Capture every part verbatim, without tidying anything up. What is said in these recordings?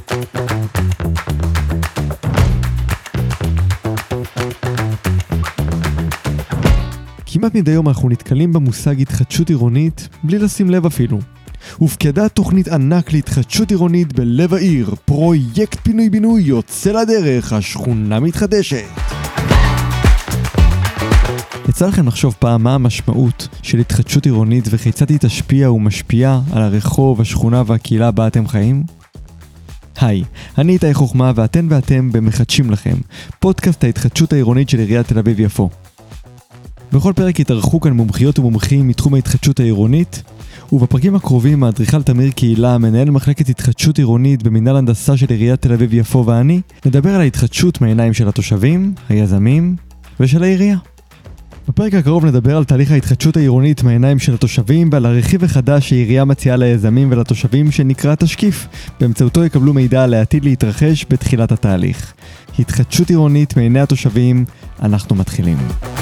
כמעט מדי יום אנחנו נתקלים במושג התחדשות עירונית בלי לשים לב אפילו. הופקדה תוכנית ענק להתחדשות עירונית בלב העיר, פרויקט פינוי-בינוי יוצא לדרך, השכונה מתחדשת. יצא לכם לחשוב פעם מה המשמעות של התחדשות עירונית וכיצד היא תשפיע ומשפיעה על הרחוב, השכונה והקהילה בה אתם חיים? היי, אני איתי חוכמה ואתן ואתם במחדשים לכם, פודקאסט ההתחדשות העירונית של עיריית תל אביב יפו. בכל פרק יתארחו כאן מומחיות ומומחים מתחום ההתחדשות העירונית, ובפרקים הקרובים האדריכל תמיר קהילה, מנהל מחלקת התחדשות עירונית במינהל הנדסה של עיריית תל אביב יפו ואני, נדבר על ההתחדשות מהעיניים של התושבים, היזמים ושל העירייה. בפרק הקרוב נדבר על תהליך ההתחדשות העירונית מהעיניים של התושבים ועל הרכיב החדש שהעירייה מציעה ליזמים ולתושבים שנקרא תשקיף, באמצעותו יקבלו מידע על העתיד להתרחש בתחילת התהליך. התחדשות עירונית מעיני התושבים, אנחנו מתחילים.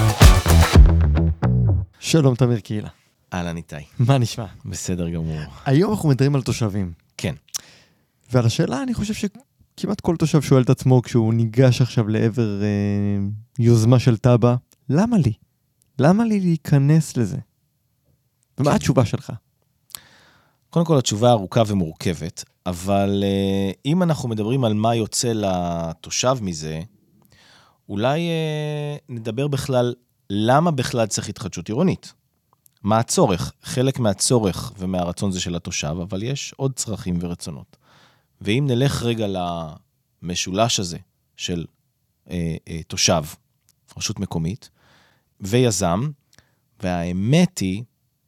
שלום תמיר קהילה. אהלן איתי. מה נשמע? בסדר גמור. היום אנחנו מדברים על תושבים. כן. ועל השאלה אני חושב שכמעט כל תושב שואל את עצמו כשהוא ניגש עכשיו לעבר אה, יוזמה של טאבה, למה לי? למה לי להיכנס לזה? ומה התשובה שלך? קודם כל התשובה ארוכה ומורכבת, אבל אה, אם אנחנו מדברים על מה יוצא לתושב מזה, אולי אה, נדבר בכלל למה בכלל צריך התחדשות עירונית. מה הצורך? חלק מהצורך ומהרצון זה של התושב, אבל יש עוד צרכים ורצונות. ואם נלך רגע למשולש הזה של אה, אה, תושב, רשות מקומית, ויזם, והאמת היא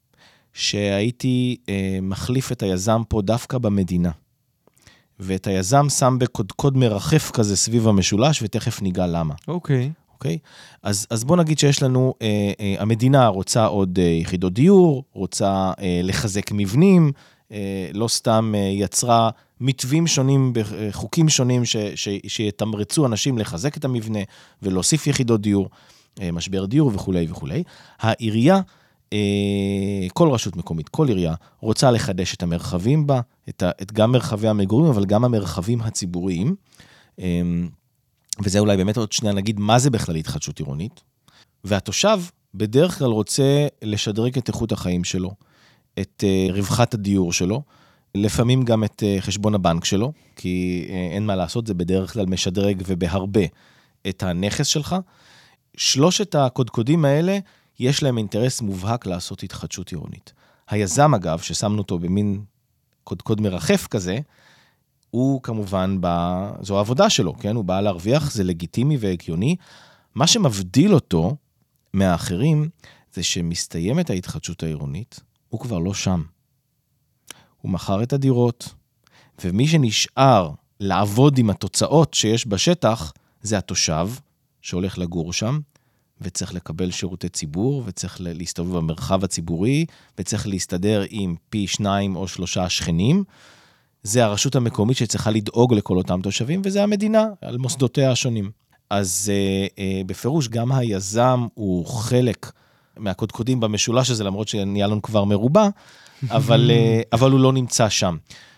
שהייתי אה, מחליף את היזם פה דווקא במדינה. ואת היזם שם בקודקוד מרחף כזה סביב המשולש, ותכף ניגע למה. אוקיי. אוקיי? אז, אז בוא נגיד שיש לנו, אה, אה, המדינה רוצה עוד אה, יחידות דיור, רוצה אה, לחזק מבנים, אה, לא סתם אה, יצרה מתווים שונים, חוקים שונים ש, ש, שיתמרצו אנשים לחזק את המבנה, ולהוסיף יחידות דיור, אה, משבר דיור וכו' וכו'. העירייה, אה, כל רשות מקומית, כל עירייה, רוצה לחדש את המרחבים בה, את, ה, את גם מרחבי המגורים, אבל גם המרחבים הציבוריים, אה, וזה אולי באמת עוד שנייה נגיד מה זה בכלל התחדשות עירונית, והתושב בדרך כלל רוצה לשדרג את איכות החיים שלו, את uh, רווחת הדיור שלו, לפעמים גם את uh, חשבון הבנק שלו, כי uh, אין מה לעשות, זה בדרך כלל משדרג ובהרבה את הנכס שלך. שלושת הקודקודים האלה, יש להם אינטרס מובהק לעשות התחדשות עירונית. היזם אגב, ששמנו אותו במין קודקוד מרחף כזה, הוא כמובן, בא, זו העבודה שלו, כן? הוא בא להרוויח, זה לגיטימי והגיוני. מה שמבדיל אותו מהאחרים, זה שמסתיימת ההתחדשות העירונית, הוא כבר לא שם. הוא מכר את הדירות, ומי שנשאר לעבוד עם התוצאות שיש בשטח, זה התושב שהולך לגור שם, וצריך לקבל שירותי ציבור, וצריך להסתובב במרחב הציבורי, וצריך להסתדר עם פי שניים או שלושה שכנים, זה הרשות המקומית שצריכה לדאוג לכל אותם תושבים, וזה המדינה, על מוסדותיה השונים. אז אה, אה, בפירוש גם היזם הוא חלק מהקודקודים במשולש הזה, למרות שנהיה לנו כבר מרובה, אבל, אה, אבל הוא לא נמצא שם.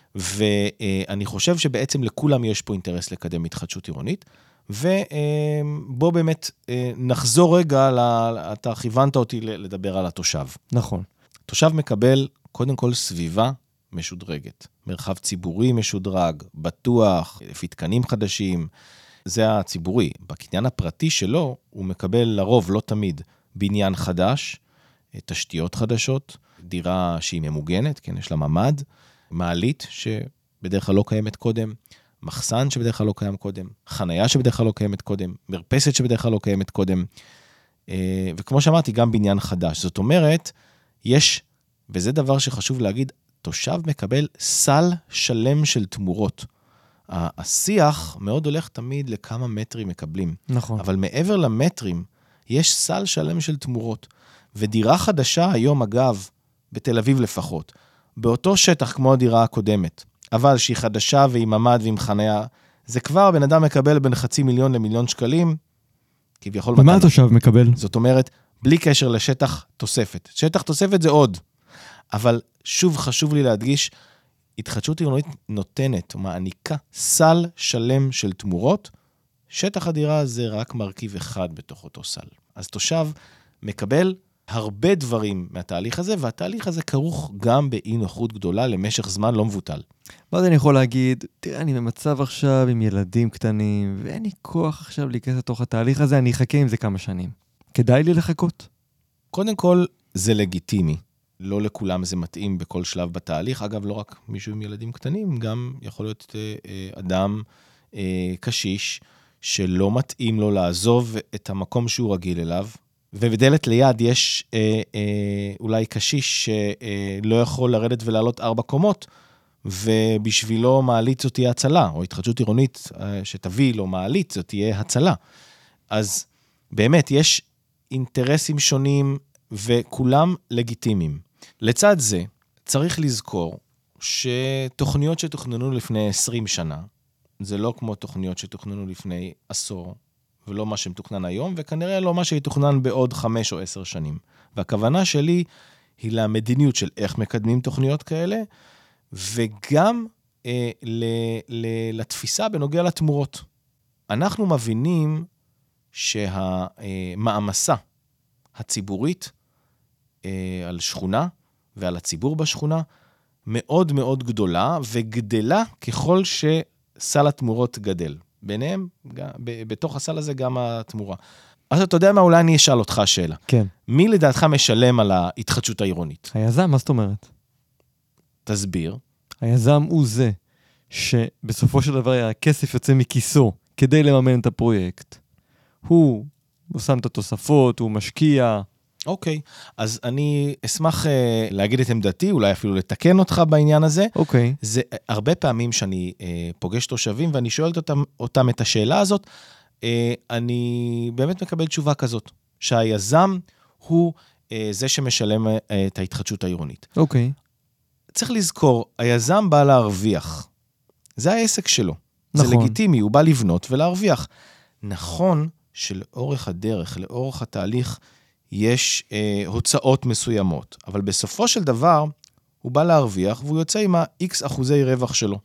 ואני חושב שבעצם לכולם יש פה אינטרס לקדם התחדשות עירונית, ובוא באמת אה, נחזור רגע, אתה כיוונת אותי לדבר על התושב. נכון. תושב מקבל קודם כל סביבה, משודרגת. מרחב ציבורי משודרג, בטוח, לפי תקנים חדשים, זה הציבורי. בקניין הפרטי שלו, הוא מקבל לרוב, לא תמיד, בניין חדש, תשתיות חדשות, דירה שהיא ממוגנת, כן, יש לה ממד, מעלית שבדרך כלל לא קיימת קודם, מחסן שבדרך כלל לא קיים קודם, חנייה שבדרך כלל לא קיימת קודם, מרפסת שבדרך כלל לא קיימת קודם, וכמו שאמרתי, גם בניין חדש. זאת אומרת, יש, וזה דבר שחשוב להגיד, תושב מקבל סל שלם של תמורות. השיח מאוד הולך תמיד לכמה מטרים מקבלים. נכון. אבל מעבר למטרים, יש סל שלם של תמורות. ודירה חדשה היום, אגב, בתל אביב לפחות, באותו שטח כמו הדירה הקודמת, אבל שהיא חדשה ועם ממד ועם חניה, זה כבר בן אדם מקבל בין חצי מיליון למיליון שקלים, כביכול... ומה התושב מקבל? זאת אומרת, בלי קשר לשטח תוספת. שטח תוספת זה עוד. אבל שוב חשוב לי להדגיש, התחדשות עירונית נותנת, מעניקה סל שלם של תמורות, שטח הדירה זה רק מרכיב אחד בתוך אותו סל. אז תושב מקבל הרבה דברים מהתהליך הזה, והתהליך הזה כרוך גם באי נוחות גדולה למשך זמן לא מבוטל. ואז אני יכול להגיד, תראה, אני במצב עכשיו עם ילדים קטנים, ואין לי כוח עכשיו להיכנס לתוך התהליך הזה, אני אחכה עם זה כמה שנים. כדאי לי לחכות? קודם כל, זה לגיטימי. לא לכולם זה מתאים בכל שלב בתהליך. אגב, לא רק מישהו עם ילדים קטנים, גם יכול להיות אה, אדם אה, קשיש, שלא מתאים לו לעזוב את המקום שהוא רגיל אליו, ובדלת ליד יש אה, אה, אולי קשיש שלא יכול לרדת ולעלות ארבע קומות, ובשבילו מעלית זאת תהיה הצלה, או התחדשות עירונית אה, שתביא לו מעלית זאת תהיה הצלה. אז באמת יש אינטרסים שונים וכולם לגיטימיים. לצד זה צריך לזכור שתוכניות שתוכננו לפני עשרים שנה, זה לא כמו תוכניות שתוכננו לפני עשור, ולא מה שמתוכנן היום, וכנראה לא מה שיתוכנן בעוד חמש או עשר שנים. והכוונה שלי היא למדיניות של איך מקדמים תוכניות כאלה, וגם אה, ל, ל, לתפיסה בנוגע לתמורות. אנחנו מבינים שהמעמסה הציבורית אה, על שכונה ועל הציבור בשכונה מאוד מאוד גדולה, וגדלה ככל שסל התמורות גדל. ביניהם, בתוך הסל הזה גם התמורה. אז אתה יודע מה, אולי אני אשאל אותך שאלה. כן. מי לדעתך משלם על ההתחדשות העירונית? היזם, מה זאת אומרת? תסביר. היזם הוא זה שבסופו של דבר הכסף יוצא מכיסו כדי לממן את הפרויקט. הוא, הוא שם את התוספות, הוא משקיע. אוקיי, אז אני אשמח uh, להגיד את עמדתי, אולי אפילו לתקן אותך בעניין הזה. אוקיי. זה הרבה פעמים שאני uh, פוגש תושבים, ואני שואלת אותם, אותם את השאלה הזאת, uh, אני באמת מקבל תשובה כזאת, שהיזם הוא uh, זה שמשלם uh, את ההתחדשות העירונית. אוקיי. צריך לזכור, היזם בא להרוויח. זה העסק שלו. נכון. זה לגיטימי, הוא בא לבנות ולהרוויח. נכון שלאורך הדרך, לאורך התהליך, יש אה, הוצאות מסוימות, אבל בסופו של דבר, הוא בא להרוויח, והוא יוצא עם ה-X אחוזי רווח שלו,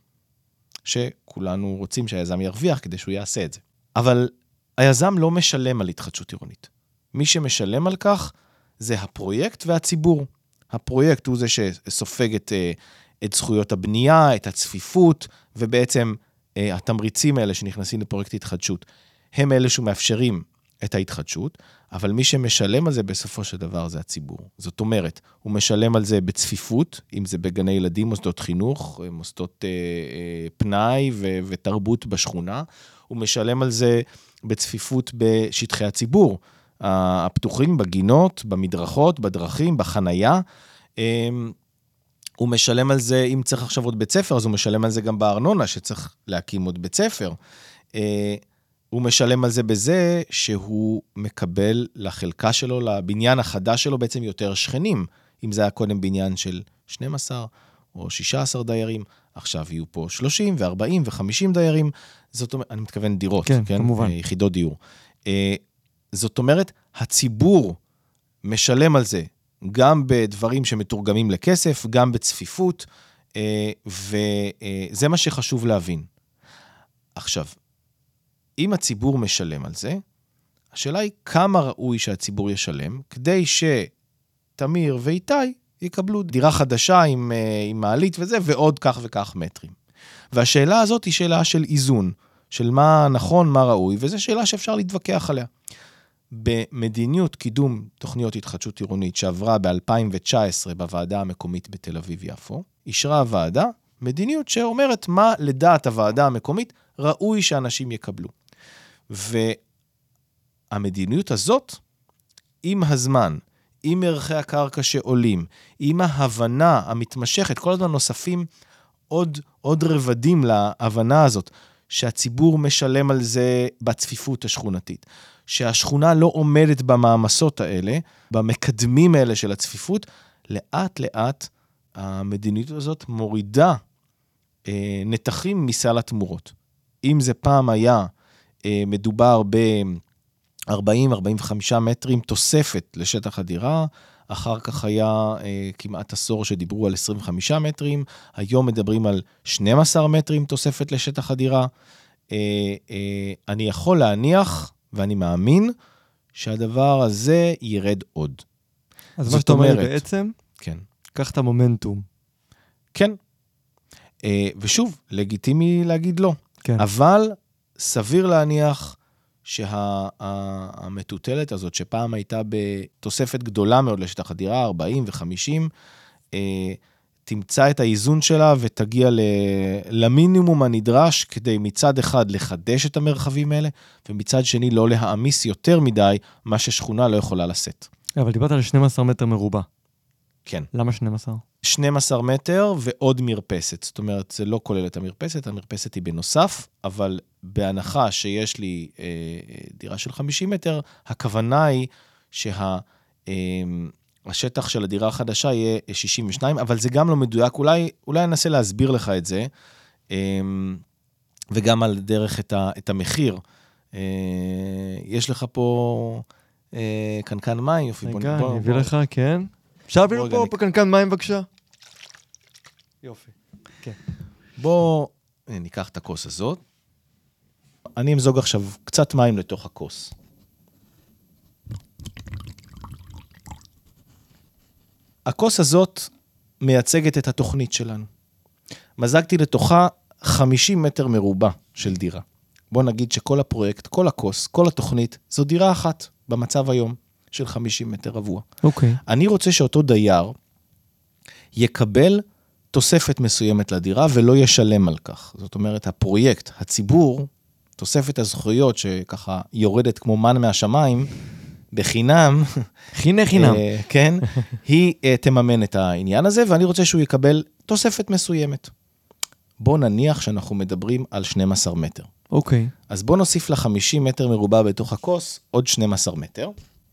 שכולנו רוצים שהיזם ירוויח כדי שהוא יעשה את זה. אבל היזם לא משלם על התחדשות עירונית. מי שמשלם על כך, זה הפרויקט והציבור. הפרויקט הוא זה שסופג את, את זכויות הבנייה, את הצפיפות, ובעצם התמריצים האלה שנכנסים לפרויקט התחדשות, הם אלה שמאפשרים את ההתחדשות, אבל מי שמשלם על זה בסופו של דבר זה הציבור. זאת אומרת, הוא משלם על זה בצפיפות, אם זה בגני ילדים, מוסדות חינוך, מוסדות אה, אה, פנאי ו- ותרבות בשכונה, הוא משלם על זה בצפיפות בשטחי הציבור, הפתוחים בגינות, במדרכות, בדרכים, בחנייה. הוא משלם על זה, אם צריך עכשיו עוד בית ספר, אז הוא משלם על זה גם בארנונה, שצריך להקים עוד בית ספר. הוא משלם על זה בזה שהוא מקבל לחלקה שלו, לבניין החדש שלו, בעצם יותר שכנים. אם זה היה קודם בניין של שנים עשר או שישה עשר דיירים, עכשיו יהיו פה שלושים ו-ארבעים ו-חמישים דיירים. זאת אומרת, אני מתכוון דירות, כן, כן? כמובן. יחידות דיור. זאת אומרת, הציבור משלם על זה, גם בדברים שמתורגמים לכסף, גם בצפיפות, וזה מה שחשוב להבין. עכשיו, אם הציבור משלם על זה, השאלה היא כמה ראוי שהציבור ישלם, כדי שתמיר ואיתי יקבלו דירה חדשה עם, עם מעלית וזה, ועוד כך וכך מטרים. והשאלה הזאת היא שאלה של איזון, של מה נכון, מה ראוי, וזו שאלה שאפשר להתווכח עליה. במדיניות קידום תוכניות התחדשות עירונית שעברה ב-אלפיים תשע עשרה בוועדה המקומית בתל אביב-יפו, אישרה הוועדה מדיניות שאומרת מה לדעת הוועדה המקומית ראוי שאנשים יקבלו. והמדיניות הזאת, עם הזמן, עם ערכי הקרקע שעולים, עם ההבנה המתמשכת, כל הזמן נוספים עוד, עוד רבדים להבנה הזאת, שהציבור משלם על זה בצפיפות השכונתית. שהשכונה לא עומדת במאמסות האלה, במקדמים האלה של הצפיפות, לאט לאט המדיניות הזאת מורידה אה, נתחים מסל התמורות. אם זה פעם היה אה, מדובר ארבעים עד ארבעים וחמישה מטרים תוספת לשטח הדירה, אחר כך היה אה, כמעט עשור שדיברו על עשרים וחמישה מטרים, היום מדברים על שנים עשר מטרים תוספת לשטח הדירה. אה, אה, אני יכול להניח, ואני מאמין, שהדבר הזה ירד עוד. אז מה שאתה אומר בעצם, כן. קח את המומנטום. כן. אה, ושוב, לגיטימי להגיד לא. כן. אבל סביר להניח שהמטוטלת הזאת, שפעם הייתה בתוספת גדולה מאוד לשטח הדירה, ארבעים וחמישים, תמצא את האיזון שלה ותגיע למינימום הנדרש, כדי מצד אחד לחדש את המרחבים האלה, ומצד שני לא להעמיס יותר מדי, מה ששכונה לא יכולה לשאת. אבל דיברת על שנים עשר מטר מרובע. כן. למה שנים עשר? שנים עשר מטר ועוד מרפסת. זאת אומרת, זה לא כולל את המרפסת, המרפסת היא בנוסף, אבל בהנחה שיש לי אה, דירה של חמישים מטר, הכוונה היא שהשטח אה, של הדירה החדשה יהיה שישים ושתיים, אבל זה גם לא מדויק. אולי, אולי אנסה להסביר לך את זה, אה, וגם על דרך את, ה, את המחיר. אה, יש לך פה אה, קנקן מים, יופי. רגע, בוא, אני אביא לך, כן. אפשר להביא פה בקנקן מים בבקשה? יופי. כן. בוא ניקח את הכוס הזאת. אני אמזוג עכשיו קצת מים לתוך הכוס. הכוס הזאת מייצגת את התוכנית שלנו. מזגתי לתוכה חמישים מטר מרובע של דירה. בוא נגיד שכל הפרויקט, כל הכוס, כל התוכנית, זו דירה אחת במצב היום של חמישים מטר רבוע. אוקיי. אני רוצה שאותו דייר יקבל תוספת מסוימת לדירה ולא ישלם על כך. זאת אומרת, הפרויקט, הציבור, תוספת הזכויות שככה יורדת כמו מן מהשמיים, בחינם, חינה חינם. כן, היא תממן את העניין הזה, ואני רוצה שהוא יקבל תוספת מסוימת. בוא נניח שאנחנו מדברים על שנים עשר מטר. אוקיי. אז בוא נוסיף ל-חמישים מטר מרובע בתוך הכוס, עוד שנים עשר מטר.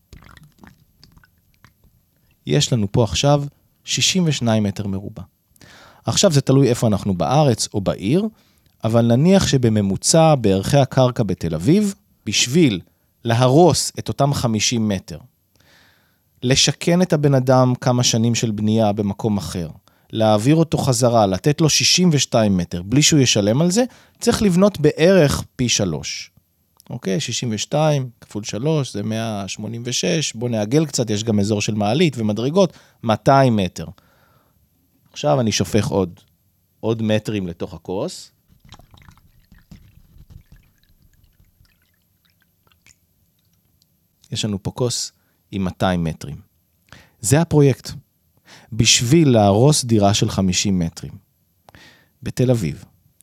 יש לנו פה עכשיו שישים ושניים מטר מרובע. עכשיו זה תלוי איפה אנחנו בארץ או בעיר, אבל נניח שבממוצע בערכי הקרקע בתל אביב, בשביל להרוס את אותם חמישים מטר, לשכן את הבן אדם כמה שנים של בנייה במקום אחר, להעביר אותו חזרה, לתת לו שישים ושניים מטר, בלי שהוא ישלם על זה, צריך לבנות בערך פי שלוש. אוקיי, שישים ושתיים כפול שלוש, זה מאה שמונים ושש, בוא נעגל קצת, יש גם אזור של מעלית ומדרגות, מאתיים מטר. עכשיו אני שופך עוד, עוד מטרים לתוך הכוס. יש לנו פה כוס עם מאתיים מטרים. זה הפרויקט. בשביל להרוס דירה של חמישים מטרים, בתל אביב,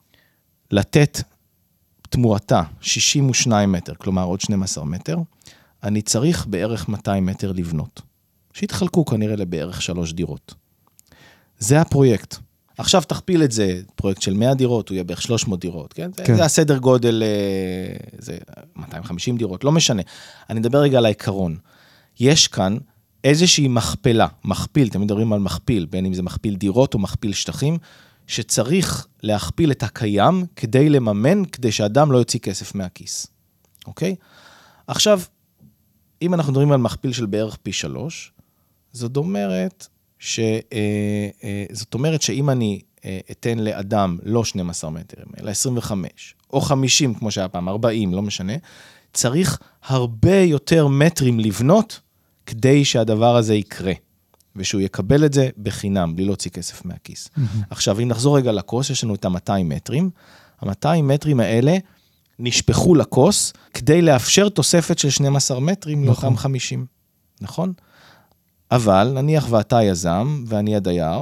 לתת תמורתה שישים ושניים מטר, כלומר עוד שנים עשר מטר, אני צריך בערך מאתיים מטר לבנות. שהתחלקו כנראה לבערך שלוש דירות. זה הפרויקט. עכשיו תכפיל את זה, פרויקט של מאה דירות, הוא יהיה בערך שלוש מאות דירות, כן? כן. זה הסדר גודל, זה מאתיים וחמישים דירות, לא משנה. אני מדבר רגע על העיקרון. יש כאן איזושהי מכפלה, מכפיל, אתם מדברים על מכפיל, בין אם זה מכפיל דירות או מכפיל שטחים, שצריך להכפיל את הקיים כדי לממן, כדי שאדם לא יוציא כסף מהכיס. אוקיי? עכשיו, אם אנחנו מדברים על מכפיל של בערך פי שלוש, זאת אומרת, ש, זאת אומרת שאם אני אתן לאדם לא שנים עשר מטרים, אלא עשרים וחמש, או חמישים, כמו שהיה פעם, ארבעים, לא משנה, צריך הרבה יותר מטרים לבנות, כדי שהדבר הזה יקרה, ושהוא יקבל את זה בחינם, בלי להוציא כסף מהכיס. Mm-hmm. עכשיו, אם נחזור רגע לכוס, יש לנו את ה-מאתיים מטרים, ה-מאתיים מטרים האלה נשפכו לכוס, כדי לאפשר תוספת של שנים עשר מטרים נכון. לאותם חמישים, נכון? אבל נניח ואתה יזם, ואני הדייר,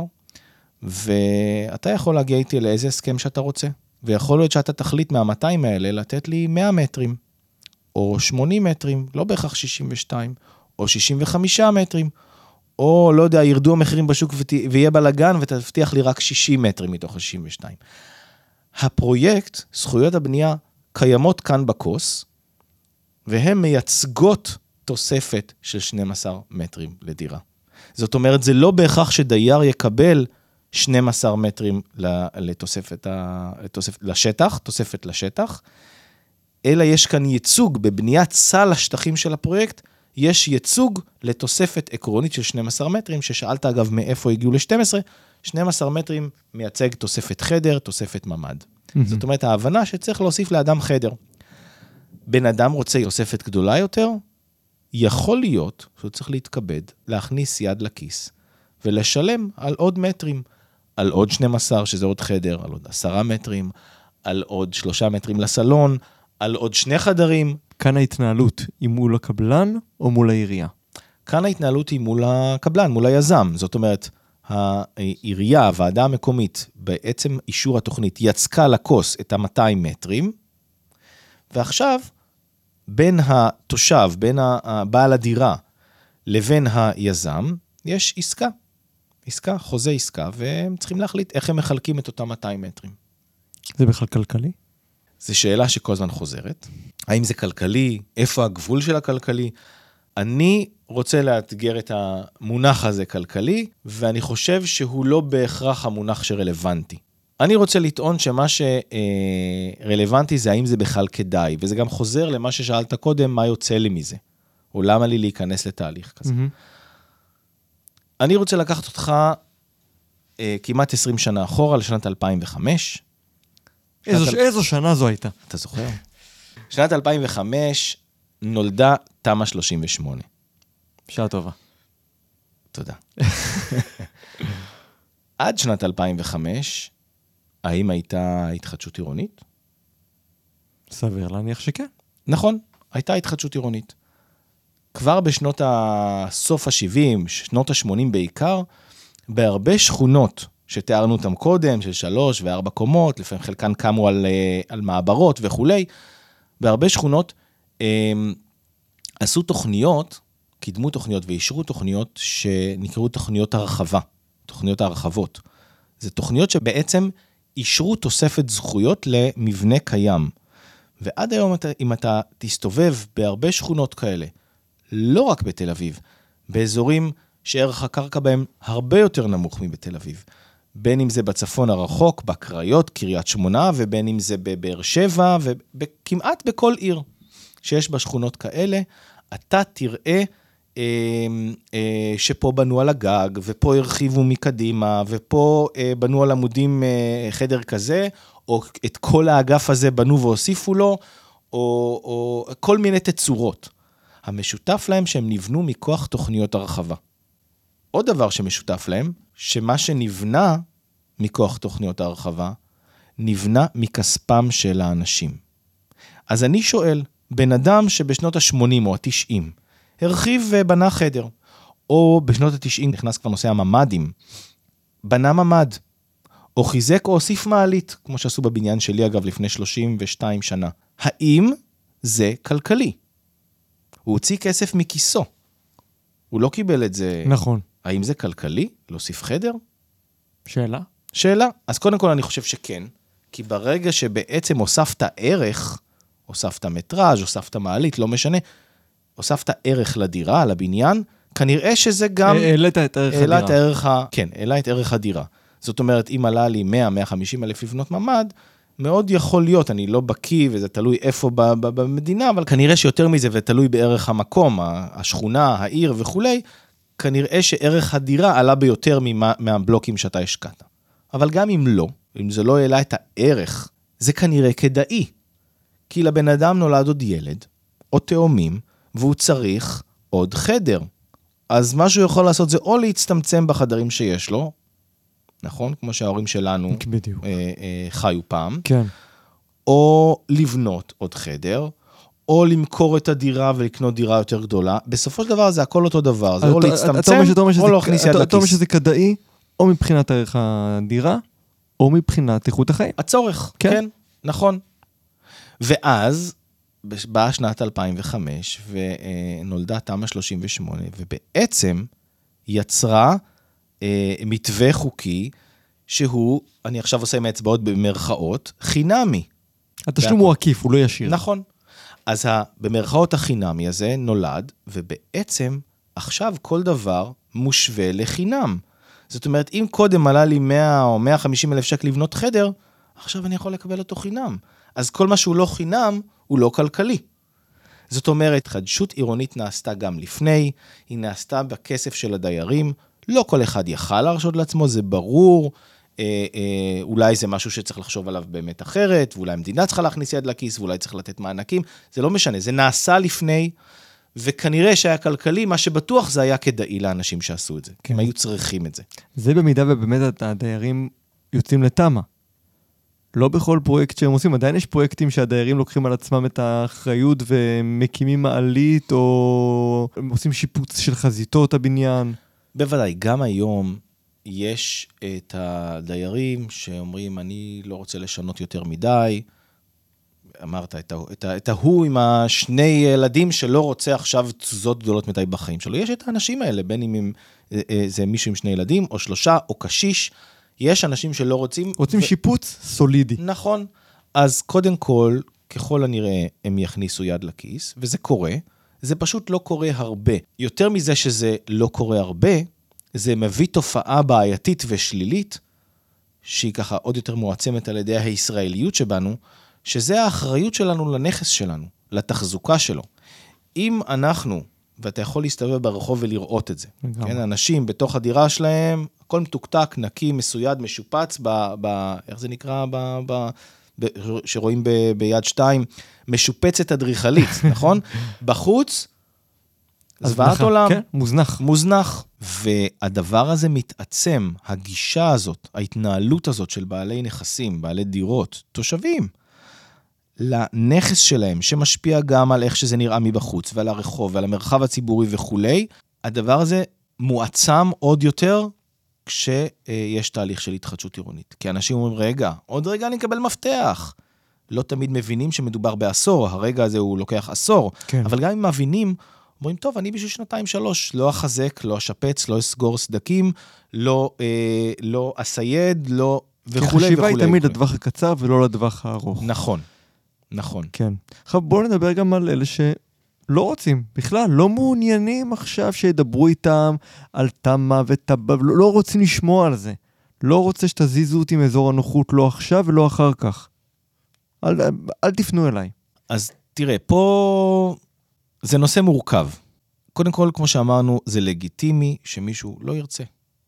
ואתה יכול להגיע איתי לאיזה הסכם שאתה רוצה, ויכול להיות שאתה תחליט מה-מאתיים האלה, לתת לי מאה מטרים, או שמונים מטרים, לא בהכרח שישים ושתיים, או שישים וחמישה מטרים, או לא יודע, ירדו המחירים בשוק ויהיה בלגן, ותבטיח לי רק שישים מטרים מתוך ה-שישים ושתיים. הפרויקט, זכויות הבנייה, קיימות כאן בכוס, והן מייצגות תוספת של שנים עשר מטרים לדירה. זאת אומרת, זה לא בהכרח שדייר יקבל שנים עשר מטרים לתוספת, לתוספת, לשטח, תוספת לשטח, אלא יש כאן ייצוג בבניית סל השטחים של הפרויקט, יש ייצוג לתוספת עקרונית של שנים עשר מטרים, ששאלת אגב מאיפה הגיעו ל-שנים עשר, שנים עשר מטרים מייצג תוספת חדר, תוספת ממד. Mm-hmm. זאת אומרת, ההבנה שצריך להוסיף לאדם חדר. בן אדם רוצה תוספת גדולה יותר, יכול להיות שהוא צריך להתכבד, להכניס יד לכיס, ולשלם על עוד מטרים, על עוד שנים עשר, שזה עוד חדר, על עוד עשרה מטרים, על עוד שלושה מטרים לסלון, על עוד שני חדרים. כאן ההתנהלות היא מול הקבלן או מול העירייה? כאן ההתנהלות היא מול הקבלן, מול היזם. זאת אומרת, העירייה, הוועדה המקומית, בעצם אישור התוכנית, יצקה לכוס את ה-מאתיים מטרים, ועכשיו, בין התושב, בין בעל הדירה, לבין היזם, יש עסקה. עסקה, חוזה עסקה, והם צריכים להחליט איך הם מחלקים את אותם מאתיים מטרים. זה בכלל כלכלי? זו שאלה שכל הזמן חוזרת. האם זה כלכלי? איפה הגבול של הכלכלי? אני רוצה לאתגר את המונח הזה כלכלי, ואני חושב שהוא לא בהכרח המונח שרלוונטי. אני רוצה לטעון שמה שרלוונטי זה האם זה בכלל כדאי, וזה גם חוזר למה ששאלת קודם, מה יוצא לי מזה, או למה לי להיכנס לתהליך כזה. Mm-hmm. אני רוצה לקחת אותך אה, כמעט עשרים שנה אחורה, לשנת אלפיים וחמש. איזו, שנת... איזו שנה זו הייתה? אתה זוכר? שנת אלפיים וחמש נולדה תמ"א שלושים ושמונה. שעה טובה. תודה. עד שנת אלפיים וחמש, האם הייתה התחדשות עירונית? סביר להניח שכן. נכון, הייתה התחדשות עירונית. כבר בשנות הסוף ה-שבעים, שנות ה-שמונים בעיקר, בהרבה שכונות שתיארנו אותם קודם, של שלוש וארבע קומות, לפעמים חלקן קמו על, על מעברות וכולי, בהרבה שכונות הם, עשו תוכניות, קידמו תוכניות ואישרו תוכניות שנקראו תוכניות הרחבה, תוכניות הרחבות. זה תוכניות שבעצם אישרו תוספת זכויות למבנה קיים. ועד היום, אם אתה תסתובב בהרבה שכונות כאלה, לא רק בתל אביב, באזורים שערך הקרקע בהם הרבה יותר נמוך מבתל אביב, בין אם זה בצפון הרחוק, בקריות, קריית שמונה, ובין אם זה בבאר שבע, וכמעט בכל עיר שיש בה שכונות כאלה, אתה תראה אה, אה, שפה בנו על הגג, ופה הרחיבו מקדימה, ופה אה, בנו על עמודים אה, חדר כזה, או את כל האגף הזה בנו והוסיפו לו, או, או כל מיני תצורות. המשותף להם שהם נבנו מכוח תוכניות הרחבה. עוד דבר שמשותף להם, שמה שנבנה מכוח תוכניות הרחבה, נבנה מכספם של האנשים. אז אני שואל, בן אדם שבשנות ה-שמונים או ה-תשעים, הרחיב ובנה חדר, או בשנות ה-תשעים נכנס כבר נושא הממדים, בנה ממד, או חיזק או הוסיף מעלית, כמו שעשו בבניין שלי אגב לפני שלושים ושתיים שנה. האם זה כלכלי? הוא הוציא כסף מכיסו. הוא לא קיבל את זה. נכון. האם זה כלכלי? להוסיף חדר? שאלה? שאלה. אז קודם כל אני חושב שכן, כי ברגע שבעצם הוספת ערך, הוספת מטראז', הוספת מעלית, לא משנה, הוספת ערך לדירה, לבניין, כנראה שזה גם... העלית את ערך הדירה. העלה את הערך ה... כן, העלה את ערך הדירה. זאת אומרת, אם עלה לי מאה עד מאה וחמישים אלף לבנות ממד, מאוד יכול להיות, אני לא בקיא, וזה תלוי איפה במדינה, אבל כנראה שיותר מזה, ותלוי בערך המקום, השכונה, העיר וכולי, כנראה שערך הדירה עלה ביותר מהבלוקים שאתה השקעת. אבל גם אם לא, אם זה לא העלה את הערך, זה כנראה כדאי. כי לבן אדם נולד עוד ילד, או תאומים, והוא צריך עוד חדר. אז מה שהוא יכול לעשות זה או להצטמצם בחדרים שיש לו, נכון? כמו שההורים שלנו אה, אה, חיו פעם. כן. או לבנות עוד חדר, או למכור את הדירה ולקנות דירה יותר גדולה. בסופו של דבר זה הכל אותו דבר. זה או להצטמצם, או להכניס יד לכיס. אתה אומר שזה כדאי, או מבחינת ערך הדירה, או מבחינת איכות החיים. הצורך, כן, כן נכון. ואז, באה שנת אלפיים וחמש, ונולדה תמ"א שלושים ושמונה, ובעצם יצרה אה, מתווה חוקי, שהוא, אני עכשיו עושה עם האצבעות במרכאות, חינמי. התשלום הוא עקיף, הוא לא ישיר. נכון. אז ה, במרכאות החינמי הזה נולד, ובעצם עכשיו כל דבר מושווה לחינם. זאת אומרת, אם קודם עלה לי מאה או מאה וחמישים אלף שקל לבנות חדר, עכשיו אני יכול לקבל אותו חינם. אז כל מה שהוא לא חינם, הוא לא כלכלי. זאת אומרת, התחדשות עירונית נעשתה גם לפני, היא נעשתה בכסף של הדיירים, לא כל אחד יכל להרשות לעצמו, זה ברור, אה, אה, אולי זה משהו שצריך לחשוב עליו באמת אחרת, ואולי המדינה צריכה להכניס יד לכיס, ואולי צריך לתת מענקים, זה לא משנה, זה נעשה לפני, וכנראה שהיה כלכלי, מה שבטוח זה היה כדאי לאנשים שעשו את זה, כן. הם היו צריכים את זה. זה במידה ובאמת הדיירים יוצאים לתמה. לא בכל פרויקט שהם עושים, עדיין יש פרויקטים שהדיירים לוקחים על עצמם את האחריות ומקימים מעלית, או הם עושים שיפוץ של חזיתות הבניין. בוודאי, גם היום יש את הדיירים שאומרים, אני לא רוצה לשנות יותר מדי, אמרת, את, את, את ההוא עם השני ילדים שלא רוצה עכשיו תזוזות גדולות מדי בחיים שלו. יש את האנשים האלה, בין אם הם, זה מישהו עם שני ילדים, או שלושה, או קשיש, יש אנשים שלא רוצים... רוצים ו... שיפוץ סולידי. נכון. אז קודם כל, ככל הנראה, הם יכניסו יד לכיס, וזה קורה. זה פשוט לא קורה הרבה. יותר מזה שזה לא קורה הרבה, זה מביא תופעה בעייתית ושלילית, שהיא ככה עוד יותר מועצמת על ידי הישראליות שבנו, שזה האחריות שלנו לנכס שלנו, לתחזוקה שלו. אם אנחנו, ואתה יכול להסתובב ברחוב ולראות את זה, כן, אנשים בתוך הדירה שלהם, הכל מתוקתק, נקי, מסויד, משופץ, ב, ב, איך זה נקרא, ב, ב, ב, שרואים ב, ביד שתיים, משופצת אדריכלית, נכון? בחוץ, זוועת עולם. כן, מוזנח. מוזנח. והדבר הזה מתעצם, הגישה הזאת, ההתנהלות הזאת של בעלי נכסים, בעלי דירות, תושבים, לנכס שלהם, שמשפיע גם על איך שזה נראה מבחוץ, ועל הרחוב, ועל המרחב הציבורי וכולי, הדבר הזה מועצם עוד יותר, כשיש תהליך של התחדשות עירונית. כי אנשים אומרים, רגע, עוד רגע אני אקבל מפתח. לא תמיד מבינים שמדובר בעשור, הרגע הזה הוא לוקח עשור, כן. אבל גם אם מבינים, אומרים, טוב, אני בשביל שנתיים שלוש, לא אחזק, לא אשפץ, לא אסגור סדקים, לא, אה, לא אסייד, לא וכולי וכולי. החשיבה היא תמיד לדווח הקצר ולא לדווח הארוך. נכון, נכון. כן. עכשיו בואו נדבר גם על אלה שלא רוצים, בכלל, לא מעוניינים עכשיו שידברו איתם על תמה וטבע, לא, לא רוצים לשמוע על זה. לא רוצה שתזיזו אותי מאזור הנוחות, לא עכשיו ולא אחר כך. אל, אל תפנו אליי. אז תראה, פה זה נושא מורכב. קודם כל, כמו שאמרנו, זה לגיטימי שמישהו לא ירצה.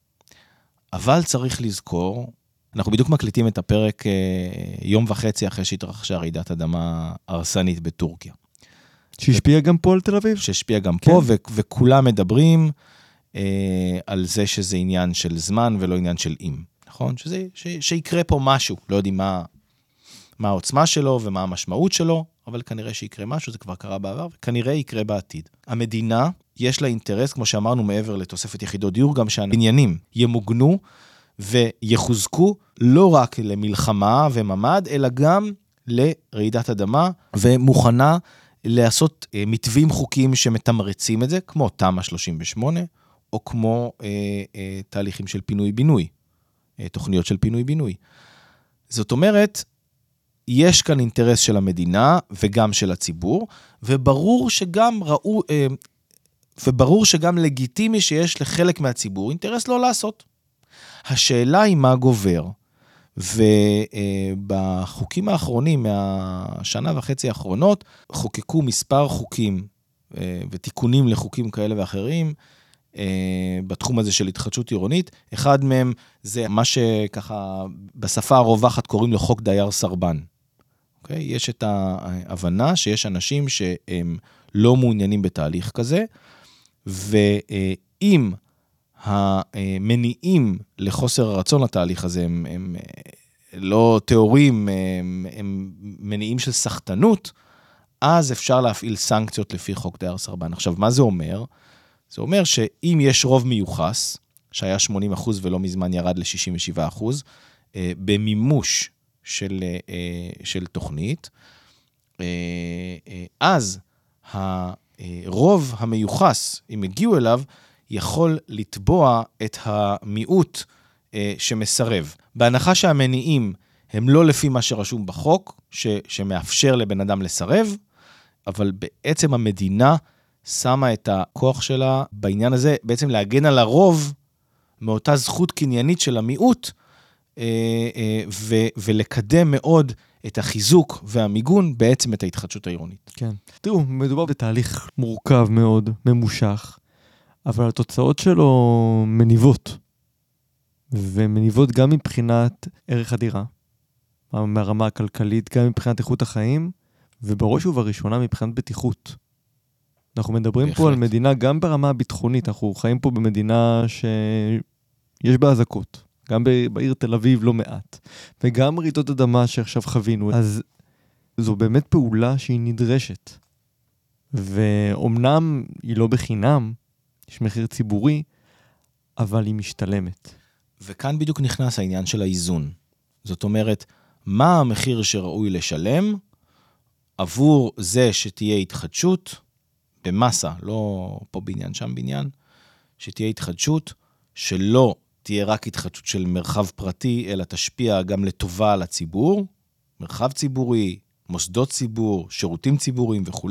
אבל צריך לזכור, אנחנו בדיוק מקליטים את הפרק יום וחצי אחרי שהתרחשה רעידת אדמה הרסנית בטורקיה. שהשפיע גם פה על תל אביב? שהשפיע גם פה, ו- וכולם מדברים אה, על זה שזה עניין של זמן ולא עניין של אם. נכון? שזה, ש- שיקרה פה משהו. לא יודעים מה, מה העוצמה שלו ומה המשמעות שלו, אבל כנראה שיקרה משהו, זה כבר קרה בעבר, וכנראה יקרה בעתיד. המדינה, יש לה אינטרס, כמו שאמרנו, מעבר לתוספת יחידות דיור, גם שהבניינים ימוגנו ויחוזקו לא רק למלחמה וממד, אלא גם לרעידת אדמה, ומוכנה לעשות אה, מתווים חוקיים שמתמרצים את זה, כמו תמ"א שלושים ושמונה, או כמו אה, אה, תהליכים של פינוי-בינוי, אה, תוכניות של פינוי-בינוי. זאת אומרת, יש כאן אינטרס של המדינה וגם של הציבור, וברור שגם ראו, אה, וברור שגם לגיטימי שיש לחלק מהציבור אינטרס לא לעשות. השאלה היא מה גובר, ובחוקים האחרונים, מהשנה וחצי האחרונות, חוקקו מספר חוקים ותיקונים לחוקים כאלה ואחרים, בתחום הזה של התחדשות עירונית. אחד מהם זה מה שככה בשפה הרווחת קוראים לו חוק דייר סרבן. Okay? יש את ההבנה שיש אנשים שהם לא מעוניינים בתהליך כזה, ואם המניעים לחוסר הרצון לתהליך הזה הם, הם לא תיאורים, הם, הם מניעים של סחטנות, אז אפשר להפעיל סנקציות לפי חוק דייר סרבן. עכשיו, מה זה אומר? זה אומר שאם יש רוב מיוחס, שהיה שמונים אחוז ולא מזמן ירד ל-שישים ושבעה אחוז, במימוש של, של תוכנית, אז הרוב המיוחס, אם הגיעו אליו, יכול לתבוע את המיעוט שמסרב. בהנחה שהמניעים הם לא לפי מה שרשום בחוק, ש, שמאפשר לבן אדם לסרב, אבל בעצם המדינה שמה את הכוח שלה בעניין הזה, בעצם להגן על הרוב מאותה זכות קניינית של המיעוט, ו, ולקדם מאוד את החיזוק והמיגון, בעצם את ההתחדשות העירונית. כן. תראו, מדובר בתהליך מורכב מאוד, ממושך, אבל התוצאות שלו מניבות. ומניבות גם מבחינת ערך הדירה, מהרמה הכלכלית, גם מבחינת איכות החיים, ובראש ובראשונה מבחינת בטיחות. אנחנו מדברים בהחלט. פה על מדינה גם ברמה הביטחונית, אנחנו חיים פה במדינה שיש בה אזעקות, גם בעיר תל אביב לא מעט, וגם רעידות אדמה שעכשיו חווינו, אז זו באמת פעולה שהיא נדרשת. ואומנם היא לא בחינם, יש מחיר ציבורי, אבל היא משתלמת. וכאן בדיוק נכנס העניין של האיזון. זאת אומרת, מה המחיר שראוי לשלם עבור זה שתהיה התחדשות במסה, לא פה בניין, שם בניין, שתהיה התחדשות, שלא תהיה רק התחדשות של מרחב פרטי, אלא תשפיע גם לטובה על הציבור, מרחב ציבורי, מוסדות ציבור, שירותים ציבוריים וכו'.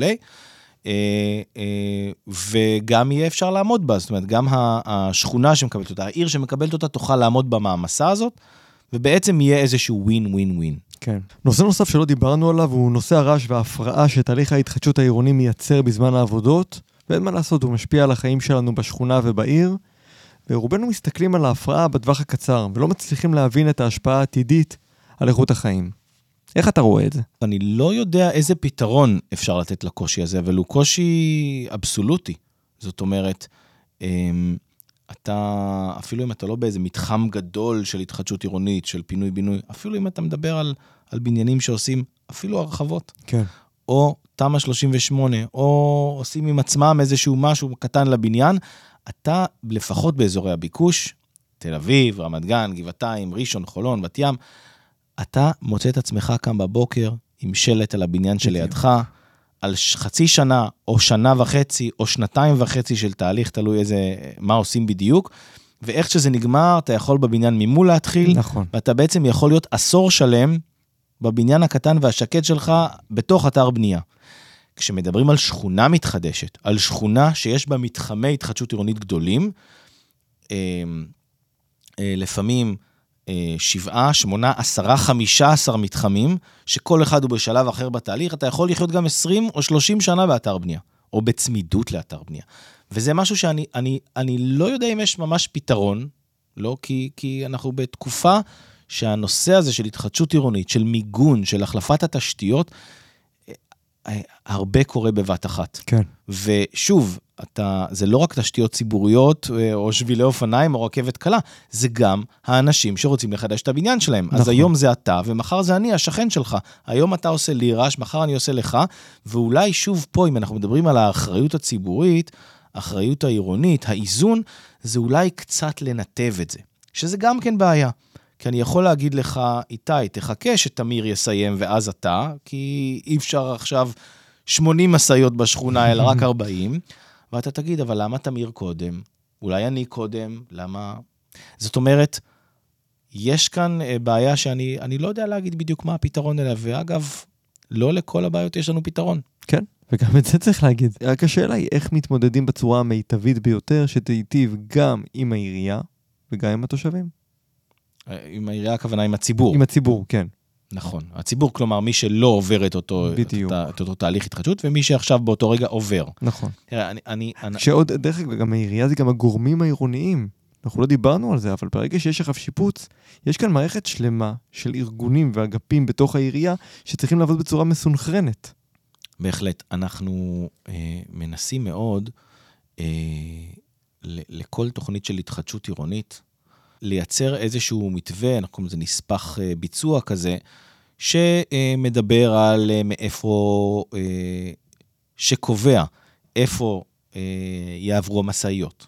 וגם יהיה אפשר לעמוד בה, זאת אומרת, גם השכונה שמקבלת אותה, העיר שמקבלת אותה, תוכל לעמוד במעמסה הזאת, ובעצם יהיה איזשהו ווין ווין ווין. כן. נושא נוסף שלא דיברנו עליו, הוא נושא הרעש וההפרעה שתהליך ההתחדשות העירוני מייצר בזמן העבודות, ואין מה לעשות, הוא משפיע על החיים שלנו בשכונה ובעיר, ורובנו מסתכלים על ההפרעה בטווח הקצר, ולא מצליחים להבין את ההשפעה העתידית על איכות החיים. איך אתה רואה את זה? אני לא יודע איזה פתרון אפשר לתת לקושי הזה, אבל הוא קושי אבסולוטי. זאת אומרת, אתה, אפילו אם אתה לא באיזה מתחם גדול של התחדשות עירונית, של פינוי-בינוי, אפילו אם אתה מדבר על, על בניינים שעושים אפילו הרחבות, כן. או תמ"א שלושים ושמונה, או עושים עם עצמם איזשהו משהו קטן לבניין, אתה לפחות באזורי הביקוש, תל אביב, רמת גן, גבעתיים, ראשון, חולון, בת ים, אתה מוצא את עצמך כאן בבוקר עם שלט על הבניין שלידך, על חצי שנה, או שנה וחצי, או שנתיים וחצי של תהליך, תלוי איזה, מה עושים בדיוק, ואיך שזה נגמר, אתה יכול בבניין ממול להתחיל, נכון. ואתה בעצם יכול להיות עשור שלם, בבניין הקטן והשקט שלך, בתוך אתר בנייה. כשמדברים על שכונה מתחדשת, על שכונה שיש בה מתחמי התחדשות עירונית גדולים, לפעמים שבעה, שמונה, עשרה, חמישה עשר מתחמים, שכל אחד הוא בשלב אחר בתהליך, אתה יכול לחיות גם עשרים או שלושים שנה באתר בנייה, או בצמידות לאתר בנייה. וזה משהו שאני אני, אני לא יודע אם יש ממש פתרון, לא? כי, כי אנחנו בתקופה שהנושא הזה של התחדשות עירונית, של מיגון, של החלפת התשתיות, הרבה קורה בבת אחת. כן. ושוב, אתה, זה לא רק תשתיות ציבוריות, או שבילי אופניים, או רכבת קלה, זה גם האנשים שרוצים לחדש את הבניין שלהם. נכון. אז היום זה אתה, ומחר זה אני, השכן שלך. היום אתה עושה לי רעש, מחר אני עושה לך, ואולי שוב פה, אם אנחנו מדברים על האחריות הציבורית, האחריות העירונית, האיזון, זה אולי קצת לנתב את זה. שזה גם כן בעיה. כי אני יכול להגיד לך, איתי, תחכה שתמיר יסיים ואז אתה, כי אי אפשר עכשיו שמונים מסעיות בשכונה, אלא רק ארבעים, ואתה תגיד, אבל למה תמיר קודם? אולי אני קודם? למה? זאת אומרת, יש כאן בעיה שאני אני לא יודע להגיד בדיוק מה הפתרון אליה, ואגב, לא לכל הבעיות יש לנו פתרון. כן, וגם את זה צריך להגיד. רק השאלה היא איך מתמודדים בצורה המיטבית ביותר, שתיטיב גם עם העירייה וגם עם התושבים. עם העירייה הכוונה עם הציבור. עם הציבור, כן. נכון. הציבור, כלומר, מי שלא עובר את אותו, את, את אותו תהליך התחדשות, ומי שעכשיו באותו רגע עובר. נכון. תראה, אני, אני, אני... שעוד, דרך אגב, גם העירייה זה גם הגורמים העירוניים. אנחנו לא דיברנו על זה, אבל ברגע שיש עכשיו שיפוץ, יש כאן מערכת שלמה של ארגונים ואגפים בתוך העירייה, שצריכים לעבוד בצורה מסונכרנת. בהחלט. אנחנו אה, מנסים מאוד, אה, לכל תוכנית של התחדשות עירונית, לייצר איזשהו מתווה, אנחנו קוראים לזה נספח ביצוע כזה, שמדבר על מאיפה, שקובע איפה יעברו המסעיות,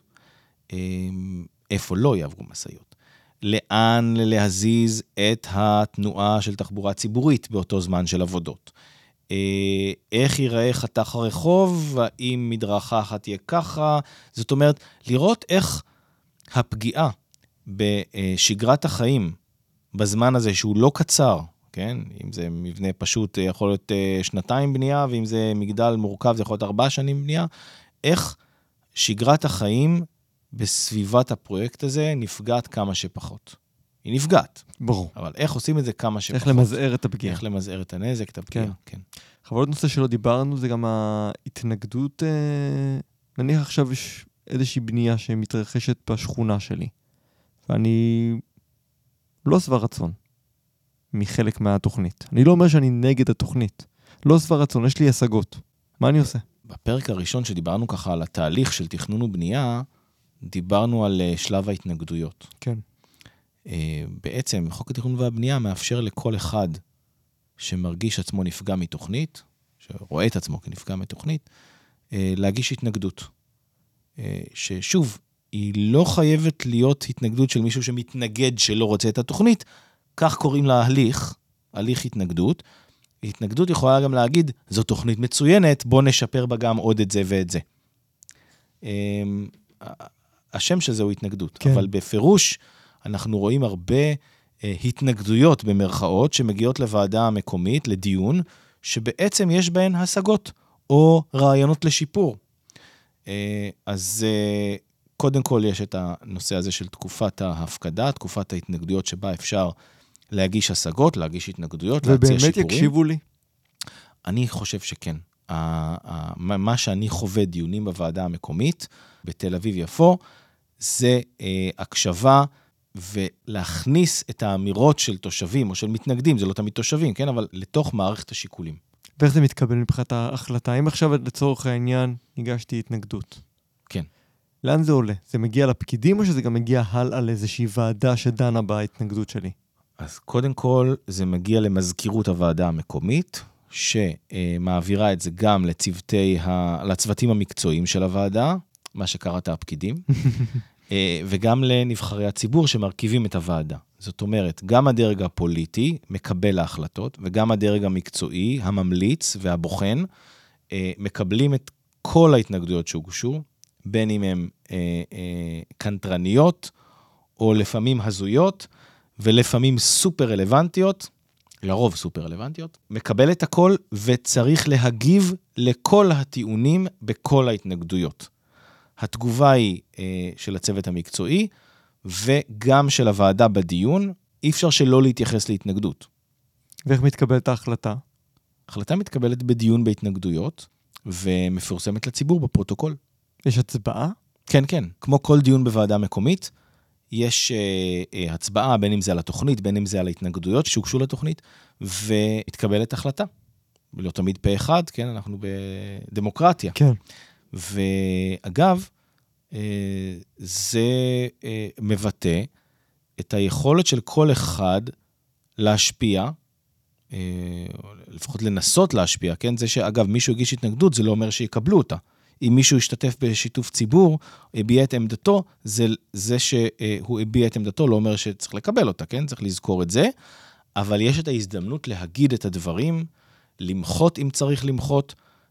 איפה לא יעברו מסעיות, לאן להזיז את התנועה של תחבורה ציבורית באותו זמן של עבודות, איך ייראה חתך הרחוב, האם מדרכה אחת תהיה ככה, זאת אומרת, לראות איך הפגיעה, בשגרת החיים, בזמן הזה שהוא לא קצר, כן? אם זה מבנה פשוט יכול להיות שנתיים בנייה, ואם זה מגדל מורכב זה יכול להיות ארבע שנים בנייה, איך שגרת החיים בסביבת הפרויקט הזה נפגעת כמה שפחות. היא נפגעת. ברור. אבל איך עושים את זה כמה שפחות? איך למזער את הפגיעה. איך למזער את הנזק, את הפגיעה, כן. כן. אבל עוד נושא שלא דיברנו, זה גם ההתנגדות, אה, נניח עכשיו יש איזושהי בנייה שמתרחשת בשכונה שלי, ואני לא שבע רצון מחלק מהתוכנית. אני לא אומר שאני נגד התוכנית. לא שבע רצון, יש לי השגות. מה אני עושה? בפרק הראשון שדיברנו ככה על התהליך של תכנון ובנייה, דיברנו על שלב ההתנגדויות. כן. בעצם, חוק התכנון והבנייה מאפשר לכל אחד שמרגיש עצמו נפגע מתוכנית, שרואה את עצמו כנפגע מתוכנית, להגיש התנגדות. ששוב, היא לא חייבת להיות התנגדות של מישהו שמתנגד שלא רוצה את התוכנית, כך קוראים לה הליך, הליך התנגדות. התנגדות יכולה גם להגיד, זו תוכנית מצוינת, בוא נשפר בה גם עוד את זה ואת זה. השם של זה הוא התנגדות, כן. אבל בפירוש אנחנו רואים הרבה התנגדויות במרכאות, שמגיעות לוועדה המקומית, לדיון, שבעצם יש בהן השגות, או רעיונות לשיפור. אז קודם כל יש את הנושא הזה של תקופת ההפקדה, תקופת ההתנגדויות שבה אפשר להגיש השגות, להגיש התנגדויות, להציע שיפורים. ובאמת יקשיבו לי? אני חושב שכן. מה שאני חווה דיונים בוועדה המקומית, בתל אביב יפו, זה הקשבה ולהכניס את האמירות של תושבים או של מתנגדים, זה לא תמיד תושבים, כן? אבל לתוך מערכת השיקולים. ואיך זה מתקבל מבחינת ההחלטה? אם עכשיו לצורך העניין הגשתי התנגדות. כן. לאן זה עולה? זה מגיע לפקידים או שזה גם מגיע הלאה לאיזושהי ועדה שדנה בהתנגדות שלי? אז קודם כל זה מגיע למזכירות הוועדה המקומית, שמעבירה את זה גם לצוותי ה... לצוותים המקצועיים של הוועדה, מה שקראת הפקידים, וגם לנבחרי הציבור שמרכיבים את הוועדה. זאת אומרת, גם הדרג הפוליטי מקבל ההחלטות, וגם הדרג המקצועי, הממליץ והבוחן, מקבלים את כל ההתנגדויות שהוגשו, בין אם הן קנטרניות, או לפעמים הזויות, ולפעמים סופר רלוונטיות, לרוב סופר רלוונטיות, מקבל את הכל, וצריך להגיב לכל הטיעונים בכל ההתנגדויות. התגובה היא אה, של הצוות המקצועי, וגם של הוועדה בדיון, אי אפשר שלא להתייחס להתנגדות. ואיך מתקבלת ההחלטה? ההחלטה מתקבלת בדיון בהתנגדויות, ומפורסמת לציבור בפרוטוקול. יש הצבעה? כן, כן. כמו כל דיון בוועדה מקומית, יש אה, אה, הצבעה, בין אם זה על התוכנית, בין אם זה על ההתנגדויות שהוגשו לתוכנית, והתקבלת החלטה. לא תמיד פה אחד, כן, אנחנו בדמוקרטיה. כן. ואגב, זה מבטא את היכולת של כל אחד להשפיע, לפחות לנסות להשפיע, כן? זה שאגב, מישהו הגיש התנגדות, זה לא אומר שיקבלו אותה. אם מישהו ישתתף בשיתוף ציבור, הביע את עמדתו, זה, זה שהוא הביע את עמדתו, לא אומר שצריך לקבל אותה, כן? צריך לזכור את זה, אבל יש את ההזדמנות להגיד את הדברים, למחות אם צריך למחות,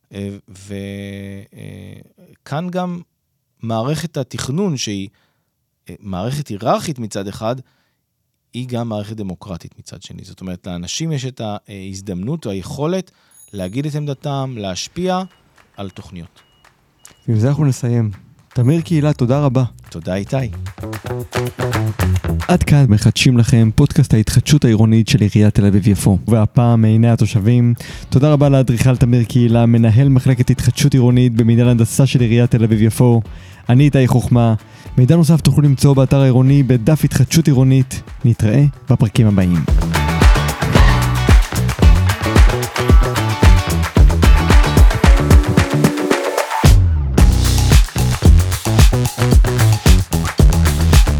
וכאן גם מערכת התכנון, שהיא מערכת היררכית מצד אחד, היא גם מערכת דמוקרטית מצד שני. זאת אומרת, לאנשים יש את ההזדמנות והיכולת להגיד את עמדתם, להשפיע על תוכניות. ועם זה אנחנו נסיים. תמיר קהילה, תודה רבה. תודה איתי. עד כאן מחדשים לכם פודקאסט ההתחדשות העירונית של עיריית תל אביב יפו. והפעם מעיני התושבים. תודה רבה לאדריכל תמיר קהילה, מנהל מחלקת התחדשות עירונית במינהל הנדסה של עיריית תל אביב יפו. אני איתי חוכמה. מידע נוסף תוכלו למצוא באתר העירוני בדף התחדשות עירונית. נתראה בפרקים הבאים.